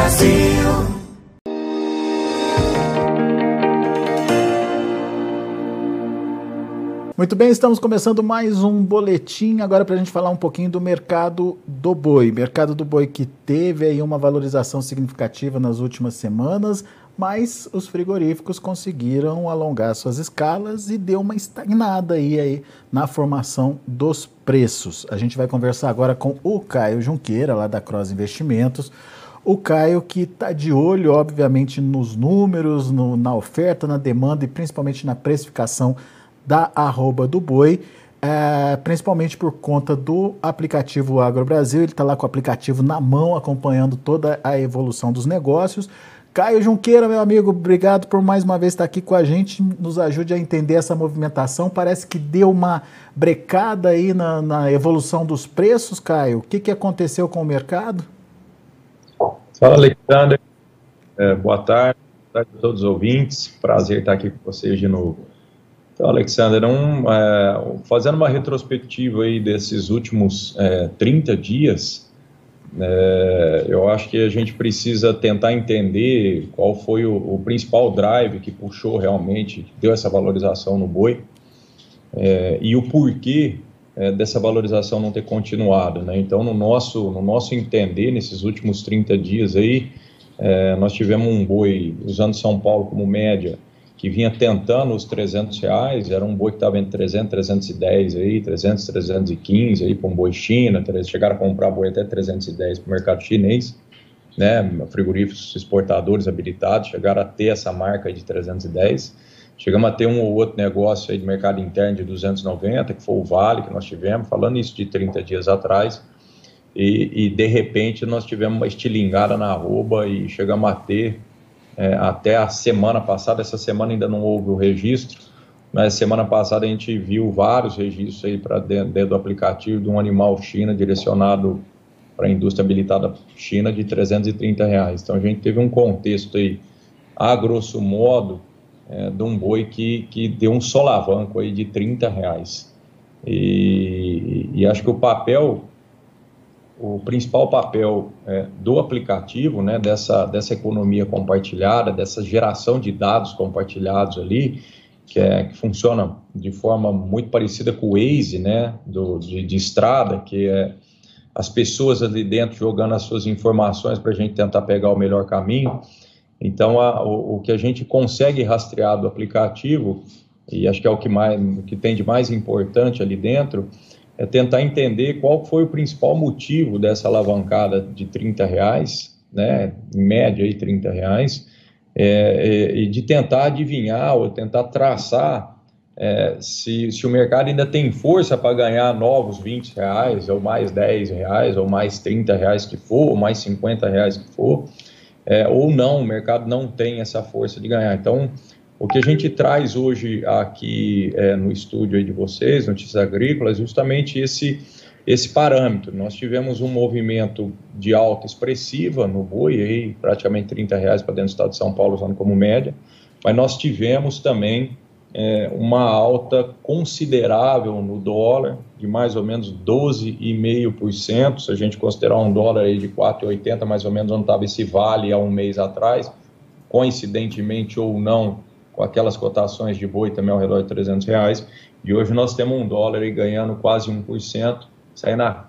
Brasil. Muito bem, estamos começando mais um boletim agora para a gente falar um pouquinho do mercado do boi. Mercado do boi que teve aí uma valorização significativa nas últimas semanas, mas os frigoríficos conseguiram alongar suas escalas e deu uma estagnada aí na formação dos preços. A gente vai conversar agora com o Caio Junqueira, lá da Cross Investimentos. O Caio que está de olho, obviamente, nos números, na oferta, na demanda e principalmente na precificação da arroba do boi, principalmente por conta do aplicativo AgroBrasil. Ele está lá com o aplicativo na mão, acompanhando toda a evolução dos negócios. Caio Junqueira, meu amigo, obrigado por mais uma vez estar aqui com a gente, nos ajude a entender essa movimentação. Parece que deu uma brecada aí na evolução dos preços, Caio. O que aconteceu com o mercado? Fala, Alexandre. Boa tarde a todos os ouvintes. Prazer estar aqui com vocês de novo. Então, Alexandre, fazendo uma retrospectiva aí desses últimos 30 dias, eu acho que a gente precisa tentar entender qual foi o principal drive que puxou realmente, que deu essa valorização no boi, e o porquê dessa valorização não ter continuado, né? Então, no nosso entender, nesses últimos 30 dias aí, nós tivemos um boi, usando São Paulo como média, que vinha tentando os R$300, era um boi que estava entre 300 e 310 aí, 300, 315 aí para um boi China, chegaram a comprar boi até 310 para o mercado chinês, né, frigoríficos exportadores habilitados, chegaram a ter essa marca de 310, chegamos a ter um ou outro negócio aí de mercado interno de 290, que foi o Vale que nós tivemos, falando isso de 30 dias atrás, e de repente nós tivemos uma estilingada na arroba e chegamos a ter até a semana passada. Essa semana ainda não houve o registro, mas semana passada a gente viu vários registros aí para dentro do aplicativo de um animal China direcionado para a indústria habilitada China de R$330. Então a gente teve um contexto aí, a grosso modo, de um boi que deu um solavanco aí de R$30. E acho que o principal papel do aplicativo, né, dessa economia compartilhada, dessa geração de dados compartilhados ali, que funciona de forma muito parecida com o Waze, né, de estrada, que é as pessoas ali dentro jogando as suas informações para a gente tentar pegar o melhor caminho. Então, o que a gente consegue rastrear do aplicativo, e acho que é o que tem de mais importante ali dentro, é tentar entender qual foi o principal motivo dessa alavancada de R$30, né, em média aí R$30, e de tentar adivinhar ou tentar traçar se o mercado ainda tem força para ganhar novos R$20, ou mais R$10, ou mais R$30 que for, ou mais R$50 que for, ou não, o mercado não tem essa força de ganhar. Então, o que a gente traz hoje aqui no estúdio aí de vocês, Notícias Agrícolas, justamente esse parâmetro. Nós tivemos um movimento de alta expressiva no boi, aí, praticamente R$30 para dentro do estado de São Paulo, usando como média, mas nós tivemos também uma alta considerável no dólar, de mais ou menos 12,5%, se a gente considerar um dólar aí de 4,80, mais ou menos onde estava esse vale há um mês atrás, coincidentemente ou não, com aquelas cotações de boi também ao redor de R$300, e hoje nós temos um dólar aí ganhando quase 1%, saindo a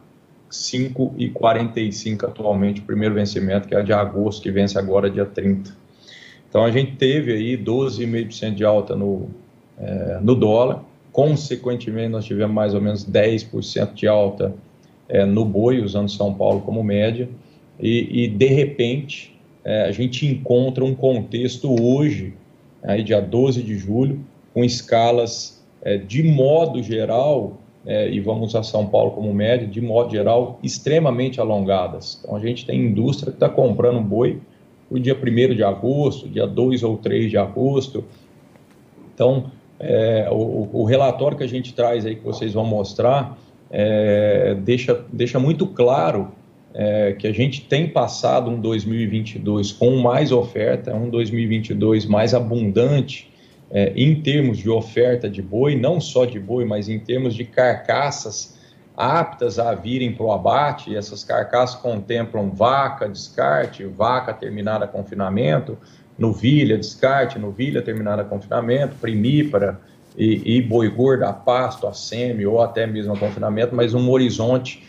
5,45 atualmente, o primeiro vencimento, que é de agosto, que vence agora dia 30. Então a gente teve aí 12,5% de alta no dólar, consequentemente nós tivemos mais ou menos 10% de alta no boi, usando São Paulo como média, e de repente a gente encontra um contexto hoje, aí dia 12 de julho, com escalas de modo geral, e vamos usar São Paulo como média, de modo geral, extremamente alongadas. Então a gente tem indústria que está comprando boi o dia 1º de agosto, dia 2 ou 3 de agosto. Então, o relatório que a gente traz aí, que vocês vão mostrar, deixa muito claro que a gente tem passado um 2022 com mais oferta, um 2022 mais abundante em termos de oferta de boi, não só de boi, mas em termos de carcaças aptas a virem para o abate, e essas carcaças contemplam vaca, descarte, vaca terminada a confinamento, novilha, descarte, novilha terminada a confinamento, primípara e boi gordo a pasto, a semi ou até mesmo a confinamento, mas um horizonte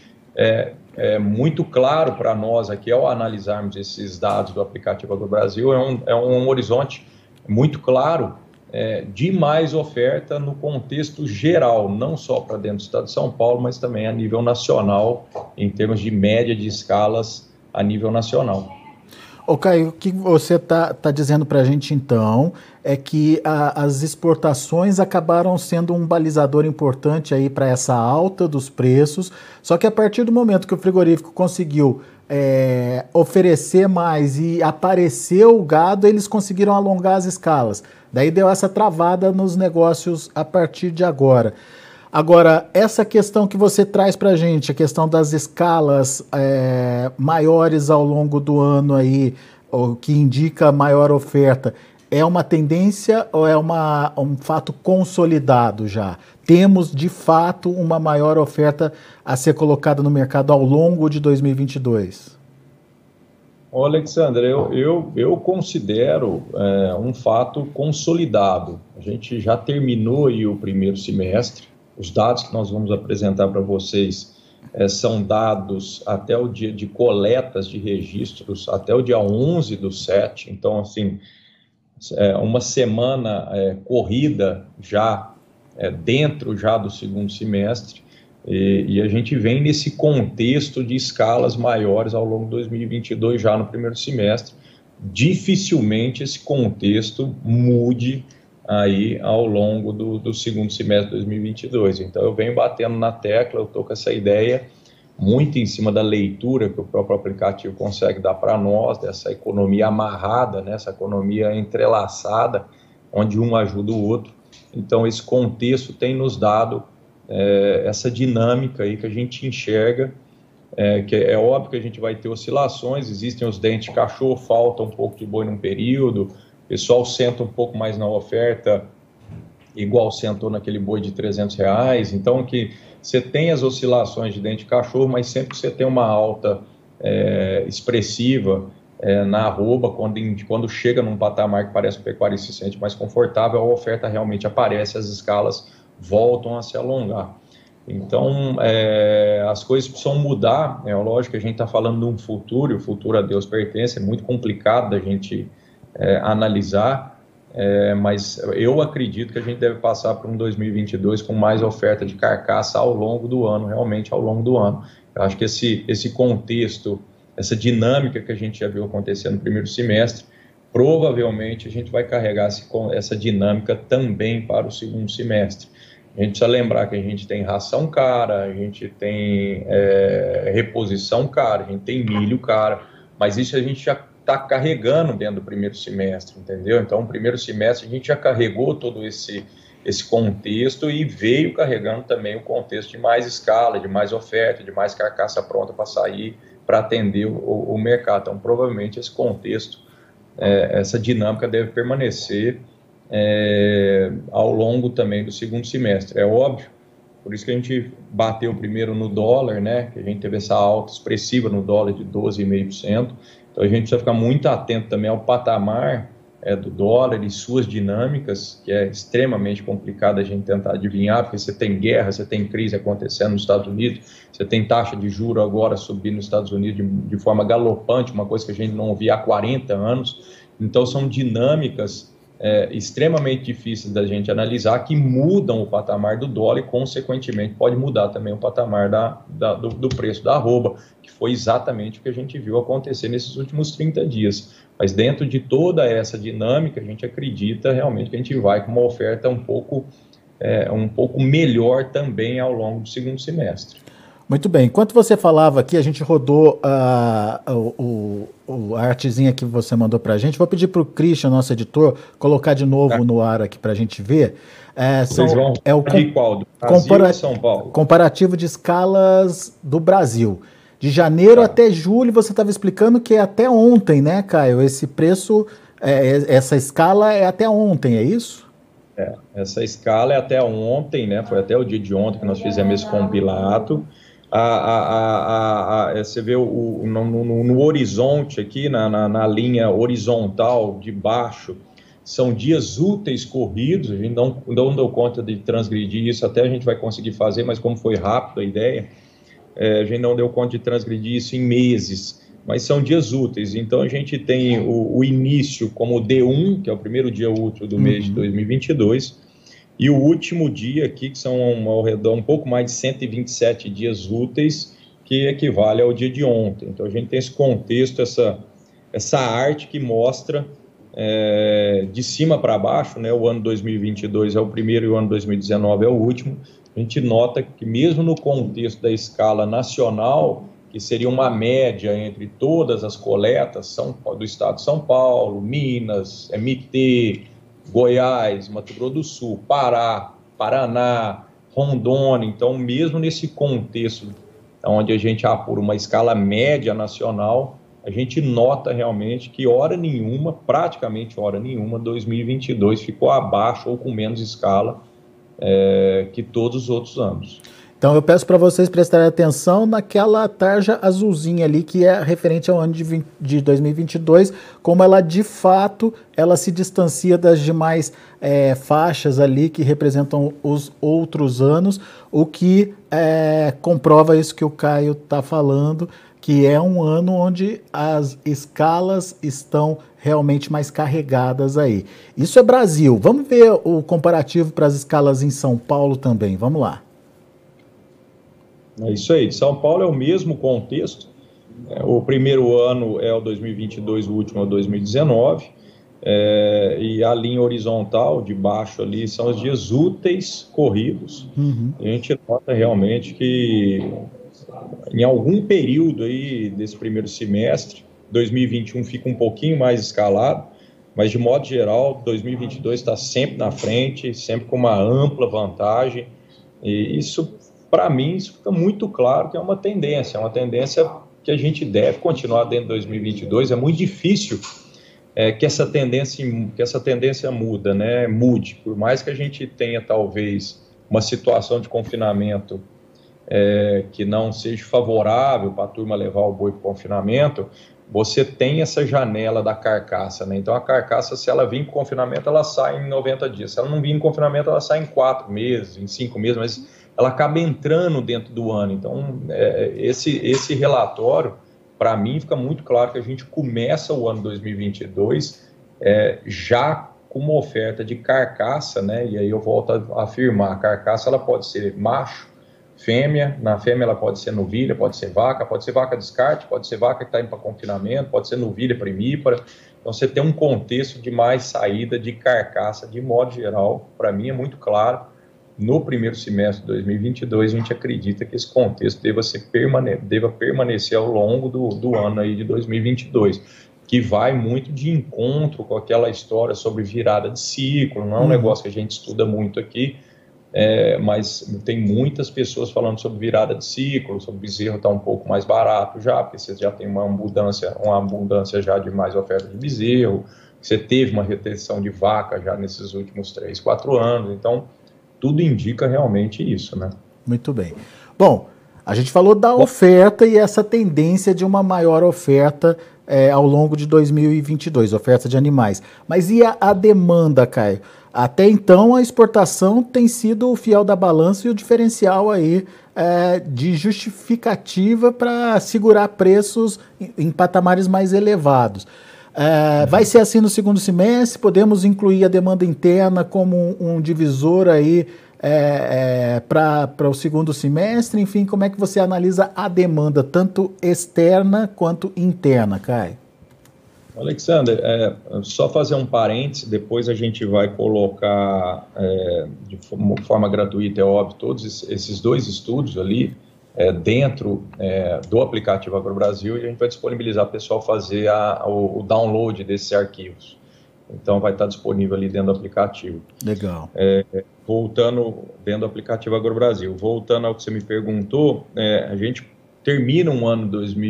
muito claro para nós aqui ao analisarmos esses dados do aplicativo do Brasil, é um horizonte muito claro de mais oferta no contexto geral, não só para dentro do estado de São Paulo, mas também a nível nacional, em termos de média de escalas a nível nacional. Ô Caio, o que você tá dizendo para a gente então é que as exportações acabaram sendo um balizador importante aí para essa alta dos preços, só que a partir do momento que o frigorífico conseguiu oferecer mais e apareceu o gado, eles conseguiram alongar as escalas. Daí deu essa travada nos negócios a partir de agora. Agora, essa questão que você traz para a gente, a questão das escalas maiores ao longo do ano aí, o que indica maior oferta, é uma tendência ou é um fato consolidado já? Temos, de fato, uma maior oferta a ser colocada no mercado ao longo de 2022? Ô, Alexandre, eu considero um fato consolidado. A gente já terminou aí o primeiro semestre. Os dados que nós vamos apresentar para vocês são dados até o dia de coletas de registros, até o dia 11/7. Então, assim, uma semana corrida já dentro já do segundo semestre. E a gente vem nesse contexto de escalas maiores ao longo de 2022, já no primeiro semestre. Dificilmente esse contexto mude aí ao longo do segundo semestre de 2022. Então, eu venho batendo na tecla, eu estou com essa ideia muito em cima da leitura que o próprio aplicativo consegue dar para nós, dessa economia amarrada, né, essa economia entrelaçada, onde um ajuda o outro. Então, esse contexto tem nos dado essa dinâmica aí que a gente enxerga, que é óbvio que a gente vai ter oscilações, existem os dentes de cachorro, falta um pouco de boi num período, o pessoal senta um pouco mais na oferta, igual sentou naquele boi de R$300, então que você tem as oscilações de dente de cachorro, mas sempre que você tem uma alta expressiva na arroba, quando chega num patamar que parece que o pecuário se sente mais confortável, a oferta realmente aparece, as escalas voltam a se alongar. Então, as coisas precisam mudar, lógico que a gente está falando de um futuro, e o futuro a Deus pertence, é muito complicado da gente analisar, mas eu acredito que a gente deve passar por um 2022 com mais oferta de carcaça ao longo do ano, realmente ao longo do ano. Eu acho que esse contexto, essa dinâmica que a gente já viu acontecer no primeiro semestre, provavelmente a gente vai carregar essa dinâmica também para o segundo semestre. A gente precisa lembrar que a gente tem ração cara, a gente tem reposição cara, a gente tem milho cara, mas isso a gente já está carregando dentro do primeiro semestre, entendeu? Então, no primeiro semestre a gente já carregou todo esse contexto e veio carregando também o contexto de mais escala, de mais oferta, de mais carcaça pronta para sair, para atender o mercado. Então, provavelmente esse contexto, essa dinâmica deve permanecer ao longo também do segundo semestre. É óbvio, por isso que a gente bateu primeiro no dólar, né, que a gente teve essa alta expressiva no dólar de 12,5%, então a gente precisa ficar muito atento também ao patamar do dólar e suas dinâmicas, que é extremamente complicado a gente tentar adivinhar, porque você tem guerra, você tem crise acontecendo nos Estados Unidos, você tem taxa de juros agora subindo nos Estados Unidos de forma galopante, uma coisa que a gente não via há 40 anos, então são dinâmicas extremamente difíceis da gente analisar, que mudam o patamar do dólar e, consequentemente, pode mudar também o patamar do preço da arroba, que foi exatamente o que a gente viu acontecer nesses últimos 30 dias. Mas dentro de toda essa dinâmica, a gente acredita realmente que a gente vai com uma oferta um pouco melhor também ao longo do segundo semestre. Muito bem. Enquanto você falava aqui, a gente rodou a artezinha que você mandou para a gente. Vou pedir para o Christian, nosso editor, colocar de novo no ar aqui para a gente ver. O São Paulo? Comparativo de escalas do Brasil. De janeiro até julho, você estava explicando que é até ontem, né, Caio? Esse preço, essa escala é até ontem, é isso? Essa escala é até ontem, né? Foi até o dia de ontem que nós fizemos esse compilado. Você vê no horizonte aqui, na linha horizontal de baixo, são dias úteis corridos. A gente não deu conta de transgredir isso, até a gente vai conseguir fazer, mas como foi rápido a ideia, a gente não deu conta de transgredir isso em meses. Mas são dias úteis, então a gente tem o início como D1, que é o primeiro dia útil do mês de 2022, e o último dia aqui, que são ao redor um pouco mais de 127 dias úteis, que equivale ao dia de ontem. Então a gente tem esse contexto, essa arte que mostra de cima para baixo, né? O ano 2022 é o primeiro e o ano 2019 é o último. A gente nota que mesmo no contexto da escala nacional, que seria uma média entre todas as coletas do estado de São Paulo, Minas, MT, Goiás, Mato Grosso do Sul, Pará, Paraná, Rondônia. Então, mesmo nesse contexto onde a gente apura uma escala média nacional, a gente nota realmente que praticamente hora nenhuma, 2022 ficou abaixo ou com menos escala que todos os outros anos. Então eu peço para vocês prestarem atenção naquela tarja azulzinha ali, que é referente ao ano de 2022, como ela de fato ela se distancia das demais faixas ali que representam os outros anos, o que comprova isso que o Caio está falando, que é um ano onde as escalas estão realmente mais carregadas aí. Isso é Brasil. Vamos ver o comparativo para as escalas em São Paulo também. Vamos lá. É isso aí. São Paulo é o mesmo contexto. O primeiro ano é o 2022, o último é o 2019. E a linha horizontal de baixo ali são os dias úteis corridos. A gente nota realmente que em algum período aí desse primeiro semestre, 2021 fica um pouquinho mais escalado, mas de modo geral, 2022 está sempre na frente, sempre com uma ampla vantagem. E isso, para mim, isso fica muito claro que é uma tendência que a gente deve continuar dentro de 2022. É muito difícil que essa tendência mude, por mais que a gente tenha talvez uma situação de confinamento que não seja favorável para a turma levar o boi para o confinamento, você tem essa janela da carcaça, né? Então a carcaça, se ela vir com confinamento, ela sai em 90 dias. Se ela não vir em confinamento, ela sai em 4 meses, em 5 meses, mas ela acaba entrando dentro do ano. Então esse relatório, para mim, fica muito claro que a gente começa o ano 2022 já com uma oferta de carcaça, né? E aí eu volto a afirmar, a carcaça ela pode ser macho, fêmea. Na fêmea ela pode ser novilha, pode ser vaca descarte, pode ser vaca que está indo para confinamento, pode ser novilha primípara. Então você tem um contexto de mais saída de carcaça de modo geral. Para mim é muito claro, no primeiro semestre de 2022 a gente acredita que esse contexto deva permanecer ao longo do ano aí de 2022, que vai muito de encontro com aquela história sobre virada de ciclo. Não é um negócio que a gente estuda muito aqui, mas tem muitas pessoas falando sobre virada de ciclo, sobre bezerro estar um pouco mais barato já, porque você já tem uma abundância já de mais oferta de bezerro, você teve uma retenção de vaca já nesses últimos 3, 4 anos, então tudo indica realmente isso, né? Muito bem. Bom, a gente falou da oferta e essa tendência de uma maior oferta ao longo de 2022, oferta de animais. Mas e a demanda, Caio? Até então, a exportação tem sido o fiel da balança e o diferencial aí de justificativa para segurar preços em patamares mais elevados. Vai ser assim no segundo semestre? Podemos incluir a demanda interna como um divisor aí para o segundo semestre? Enfim, como é que você analisa a demanda, tanto externa quanto interna, Caio? Alexander, só fazer um parênteses, depois a gente vai colocar de forma gratuita, é óbvio, todos esses 2 estudos ali dentro do aplicativo AgroBrasil, e a gente vai disponibilizar para o pessoal fazer o download desses arquivos. Então vai estar disponível ali dentro do aplicativo. Legal. Voltando dentro do aplicativo AgroBrasil, voltando ao que você me perguntou, a gente termina um ano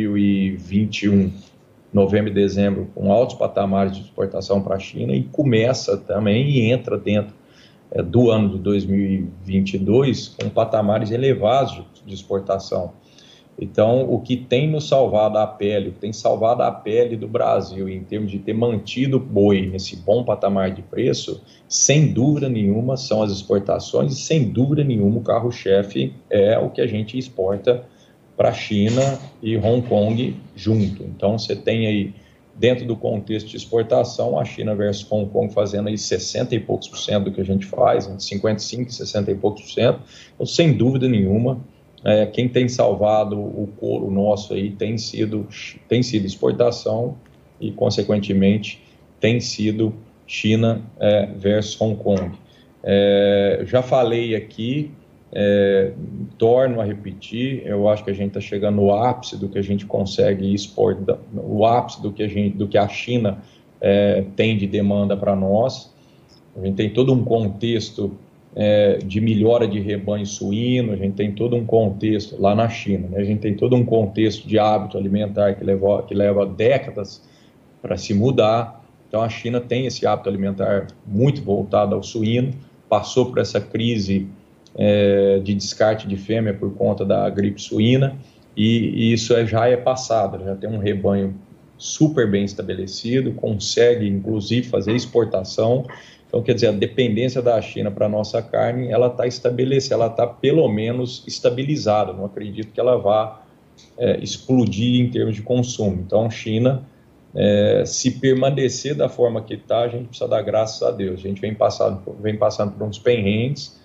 2021, novembro e dezembro, com altos patamares de exportação para a China, e começa também e entra dentro do ano de 2022 com patamares elevados de exportação. Então, o que tem nos salvado a pele, o que tem salvado a pele do Brasil em termos de ter mantido o boi nesse bom patamar de preço, sem dúvida nenhuma, são as exportações e, sem dúvida nenhuma, o carro-chefe é o que a gente exporta para a China e Hong Kong junto. Então, você tem aí, dentro do contexto de exportação, a China versus Hong Kong fazendo aí 60 e poucos por cento do que a gente faz, entre 55 e 60 e poucos por cento. Então, sem dúvida nenhuma, quem tem salvado o couro nosso aí tem sido exportação e, consequentemente, tem sido China versus Hong Kong. Já falei aqui, torno a repetir, eu acho que a gente está chegando no ápice do que a gente consegue exportar, o ápice do que a China tem de demanda para nós. A gente tem todo um contexto de melhora de rebanho suíno, a gente tem todo um contexto lá na China, né? A gente tem todo um contexto de hábito alimentar que leva décadas para se mudar. Então a China tem esse hábito alimentar muito voltado ao suíno, passou por essa crise de descarte de fêmea por conta da gripe suína, e isso já é passado, já tem um rebanho super bem estabelecido, consegue inclusive fazer exportação. Então, quer dizer, a dependência da China para a nossa carne, ela está estabelecida, ela está pelo menos estabilizada. Não acredito que ela vá explodir em termos de consumo. Então, China, se permanecer da forma que está, a gente precisa dar graças a Deus. A gente vem passando por uns perrengues.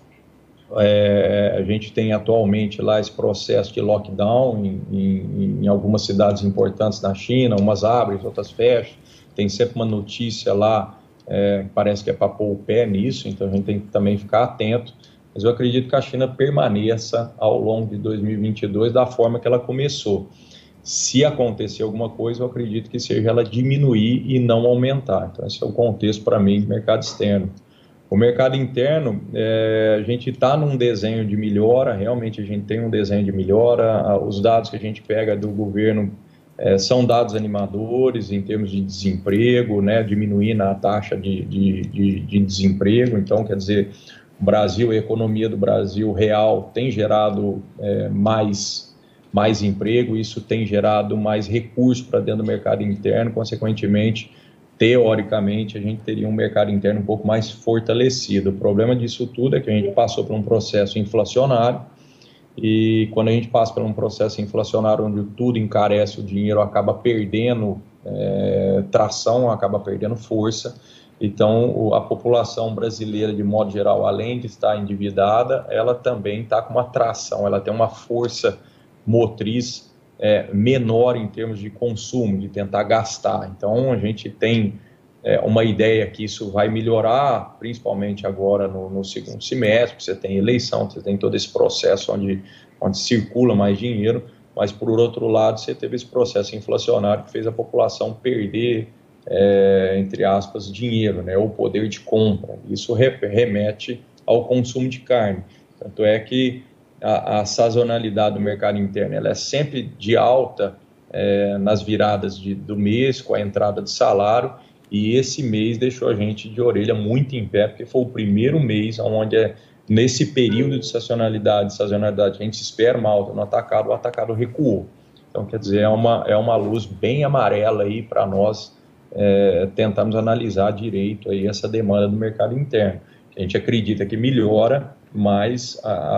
A gente tem atualmente lá esse processo de lockdown em algumas cidades importantes na China, umas abrem, outras fecham. Tem sempre uma notícia lá, parece que é para pôr o pé nisso, então a gente tem que também ficar atento, mas eu acredito que a China permaneça ao longo de 2022 da forma que ela começou. Se acontecer alguma coisa, eu acredito que seja ela diminuir e não aumentar. Então esse é o contexto para mim do mercado externo. O mercado interno, a gente está num desenho de melhora, realmente a gente tem um desenho de melhora, os dados que a gente pega do governo são dados animadores em termos de desemprego, né, diminuindo a taxa de desemprego. Então, quer dizer, o Brasil, a economia do Brasil real tem gerado mais emprego, isso tem gerado mais recursos para dentro do mercado interno, consequentemente, teoricamente, a gente teria um mercado interno um pouco mais fortalecido. O problema disso tudo é que a gente passou por um processo inflacionário, e quando a gente passa por um processo inflacionário onde tudo encarece, o dinheiro acaba perdendo tração, acaba perdendo força. Então, a população brasileira, de modo geral, além de estar endividada, ela também está com uma tração, ela tem uma força motriz menor em termos de consumo, de tentar gastar. Então, a gente tem uma ideia que isso vai melhorar, principalmente agora no segundo semestre, você tem eleição, você tem todo esse processo onde circula mais dinheiro, mas, por outro lado, você teve esse processo inflacionário que fez a população perder, entre aspas, dinheiro, né, ou poder de compra. Isso remete ao consumo de carne. Tanto é que a sazonalidade do mercado interno ela é sempre de alta nas viradas do mês, com a entrada de salário, e esse mês deixou a gente de orelha muito em pé, porque foi o primeiro mês onde, nesse período de sazonalidade, a gente espera uma alta no atacado, o atacado recuou. Então, quer dizer, é uma luz bem amarela aí para nós tentarmos analisar direito aí essa demanda do mercado interno. A gente acredita que melhora, mas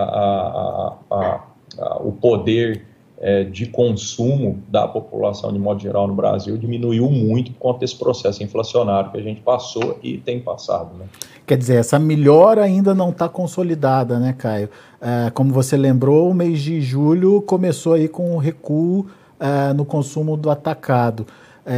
o poder de consumo da população, de modo geral, no Brasil, diminuiu muito por conta desse processo inflacionário que a gente passou e tem passado, né? Quer dizer, essa melhora ainda não está consolidada, né, Caio? Como você lembrou, o mês de julho começou aí com um recuo no consumo do atacado.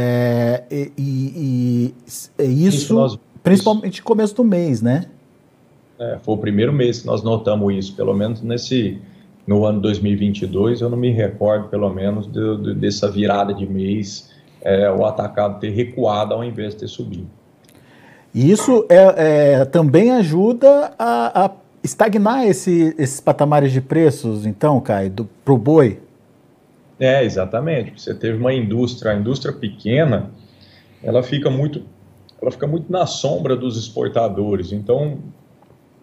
Isso principalmente no começo do mês, né? Foi o primeiro mês que nós notamos isso, pelo menos no ano 2022, eu não me recordo, pelo menos, dessa virada de mês, o atacado ter recuado ao invés de ter subido. E isso também ajuda a estagnar esses patamares de preços, então, Caio, para o boi? Exatamente. Você teve a indústria pequena, ela fica muito na sombra dos exportadores. Então,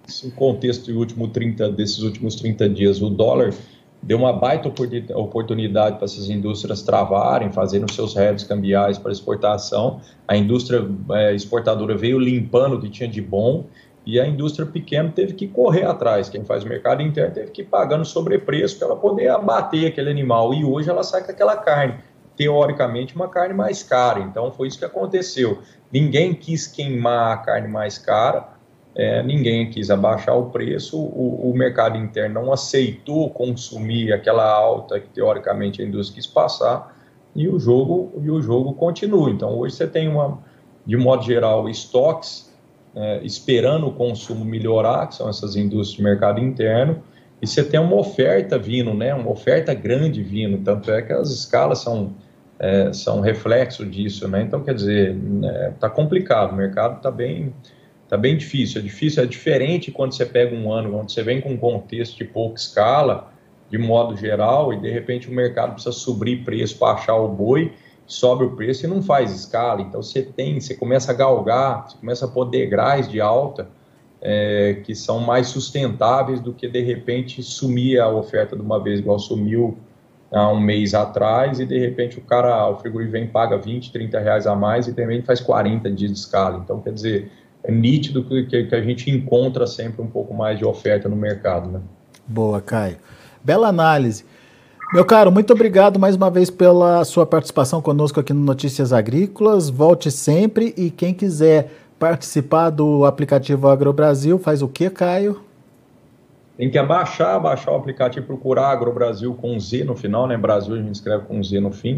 esse contexto desses últimos 30 dias, o dólar deu uma baita oportunidade para essas indústrias travarem, fazerem os seus hedges cambiais para exportação. A indústria exportadora veio limpando o que tinha de bom e a indústria pequena teve que correr atrás. Quem faz mercado interno teve que ir pagando sobrepreço para ela poder abater aquele animal. E hoje ela sai com aquela carne, teoricamente uma carne mais cara. Então foi isso que aconteceu. Ninguém quis queimar a carne mais cara. Ninguém quis abaixar o preço, o mercado interno não aceitou consumir aquela alta que teoricamente a indústria quis passar e o jogo continua. Então hoje você tem de modo geral, estoques esperando o consumo melhorar, que são essas indústrias de mercado interno, e você tem uma oferta vindo, né? Uma oferta grande vindo, tanto é que as escalas são reflexo disso, né? Então quer dizer, está complicado, o mercado está bem difícil, é diferente quando você pega um ano, quando você vem com um contexto de pouca escala, de modo geral, e de repente o mercado precisa subir preço para achar o boi, sobe o preço e não faz escala, então você começa a galgar, você começa a pôr degraus de alta, que são mais sustentáveis do que de repente sumir a oferta de uma vez, igual sumiu há um mês atrás, e de repente o frigorífico vem, paga 20, 30 reais a mais e também faz 40 dias de escala, então quer dizer, é nítido que a gente encontra sempre um pouco mais de oferta no mercado, né? Boa, Caio. Bela análise. Meu caro, muito obrigado mais uma vez pela sua participação conosco aqui no Notícias Agrícolas. Volte sempre e quem quiser participar do aplicativo AgroBrasil, faz o quê, Caio? Tem que baixar o aplicativo, procurar AgroBrasil com Z no final, né? Brasil a gente escreve com Z no fim.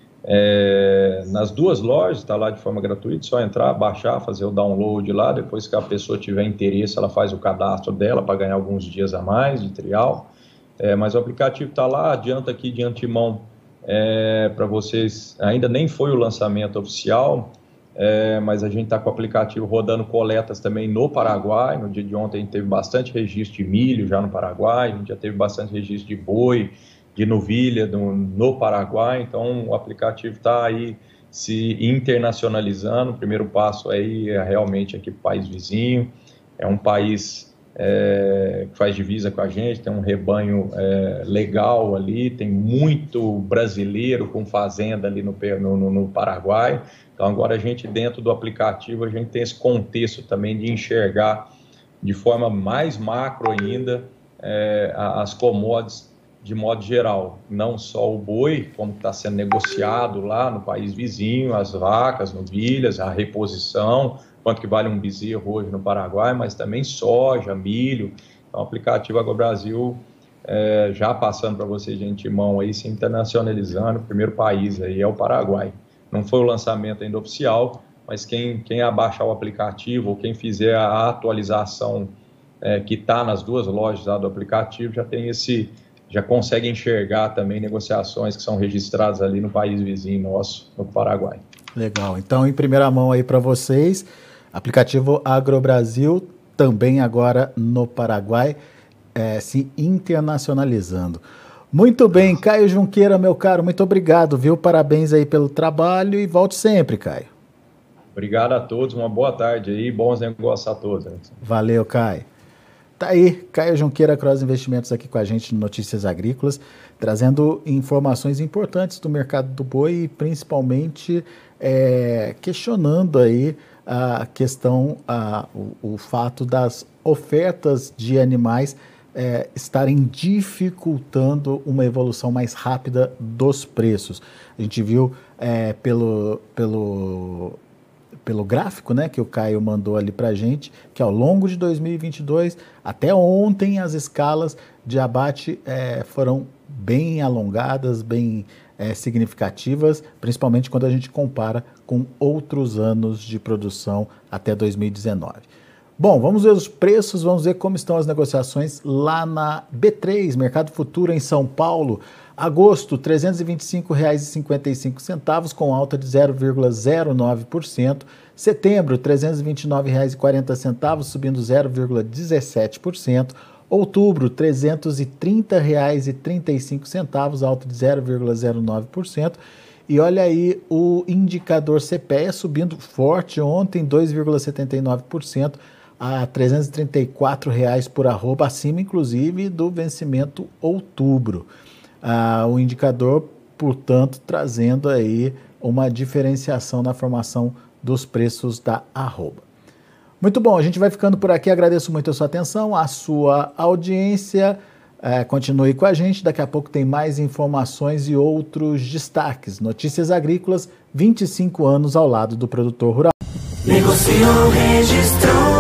Nas duas lojas, está lá de forma gratuita, só entrar, baixar, fazer o download lá, depois que a pessoa tiver interesse, ela faz o cadastro dela para ganhar alguns dias a mais de trial, mas o aplicativo está lá, adianta aqui de antemão para vocês, ainda nem foi o lançamento oficial, mas a gente está com o aplicativo rodando coletas também no Paraguai. No dia de ontem a gente teve bastante registro de milho já no Paraguai, a gente já teve bastante registro de boi, de novilha no Paraguai, então o aplicativo está aí se internacionalizando. O primeiro passo aí é realmente aqui para o país vizinho, é um país que faz divisa com a gente, tem um rebanho legal ali, tem muito brasileiro com fazenda ali no Paraguai, então agora a gente dentro do aplicativo, a gente tem esse contexto também de enxergar de forma mais macro ainda as commodities de modo geral, não só o boi, como está sendo negociado lá no país vizinho, as vacas, novilhas, a reposição, quanto que vale um bezerro hoje no Paraguai, mas também soja, milho. Então, o aplicativo AgroBrasil, já passando para vocês de antemão aí, se internacionalizando, o primeiro país aí é o Paraguai. Não foi o lançamento ainda oficial, mas quem abaixar o aplicativo ou quem fizer a atualização que está nas duas lojas lá do aplicativo, já consegue enxergar também negociações que são registradas ali no país vizinho nosso, no Paraguai. Legal. Então, em primeira mão aí para vocês, aplicativo AgroBrasil, também agora no Paraguai, se internacionalizando. Muito bem, Caio Junqueira, meu caro, muito obrigado, viu? Parabéns aí pelo trabalho e volte sempre, Caio. Obrigado a todos, uma boa tarde aí, bons negócios a todos. Valeu, Caio. Tá aí, Caio Junqueira, Cross Investimentos aqui com a gente no Notícias Agrícolas, trazendo informações importantes do mercado do boi e principalmente questionando aí a questão, o fato das ofertas de animais estarem dificultando uma evolução mais rápida dos preços. A gente viu pelo gráfico, né, que o Caio mandou ali para a gente, que ao longo de 2022, até ontem, as escalas de abate foram bem alongadas, bem significativas, principalmente quando a gente compara com outros anos de produção até 2019. Bom, vamos ver os preços, vamos ver como estão as negociações lá na B3, Mercado Futuro em São Paulo. Agosto, R$ 325,55, com alta de 0,09%. Setembro, R$ 329,40, subindo 0,17%. Outubro, R$ 330,35, alta de 0,09%. E olha aí o indicador CPEA subindo forte ontem, 2,79%, a R$ 334 por arroba, acima inclusive do vencimento outubro. O indicador, portanto, trazendo aí uma diferenciação na formação dos preços da arroba. Muito bom, a gente vai ficando por aqui, agradeço muito a sua atenção, a sua audiência, continue com a gente, daqui a pouco tem mais informações e outros destaques. Notícias Agrícolas, 25 anos ao lado do produtor rural. Negociou, registrou.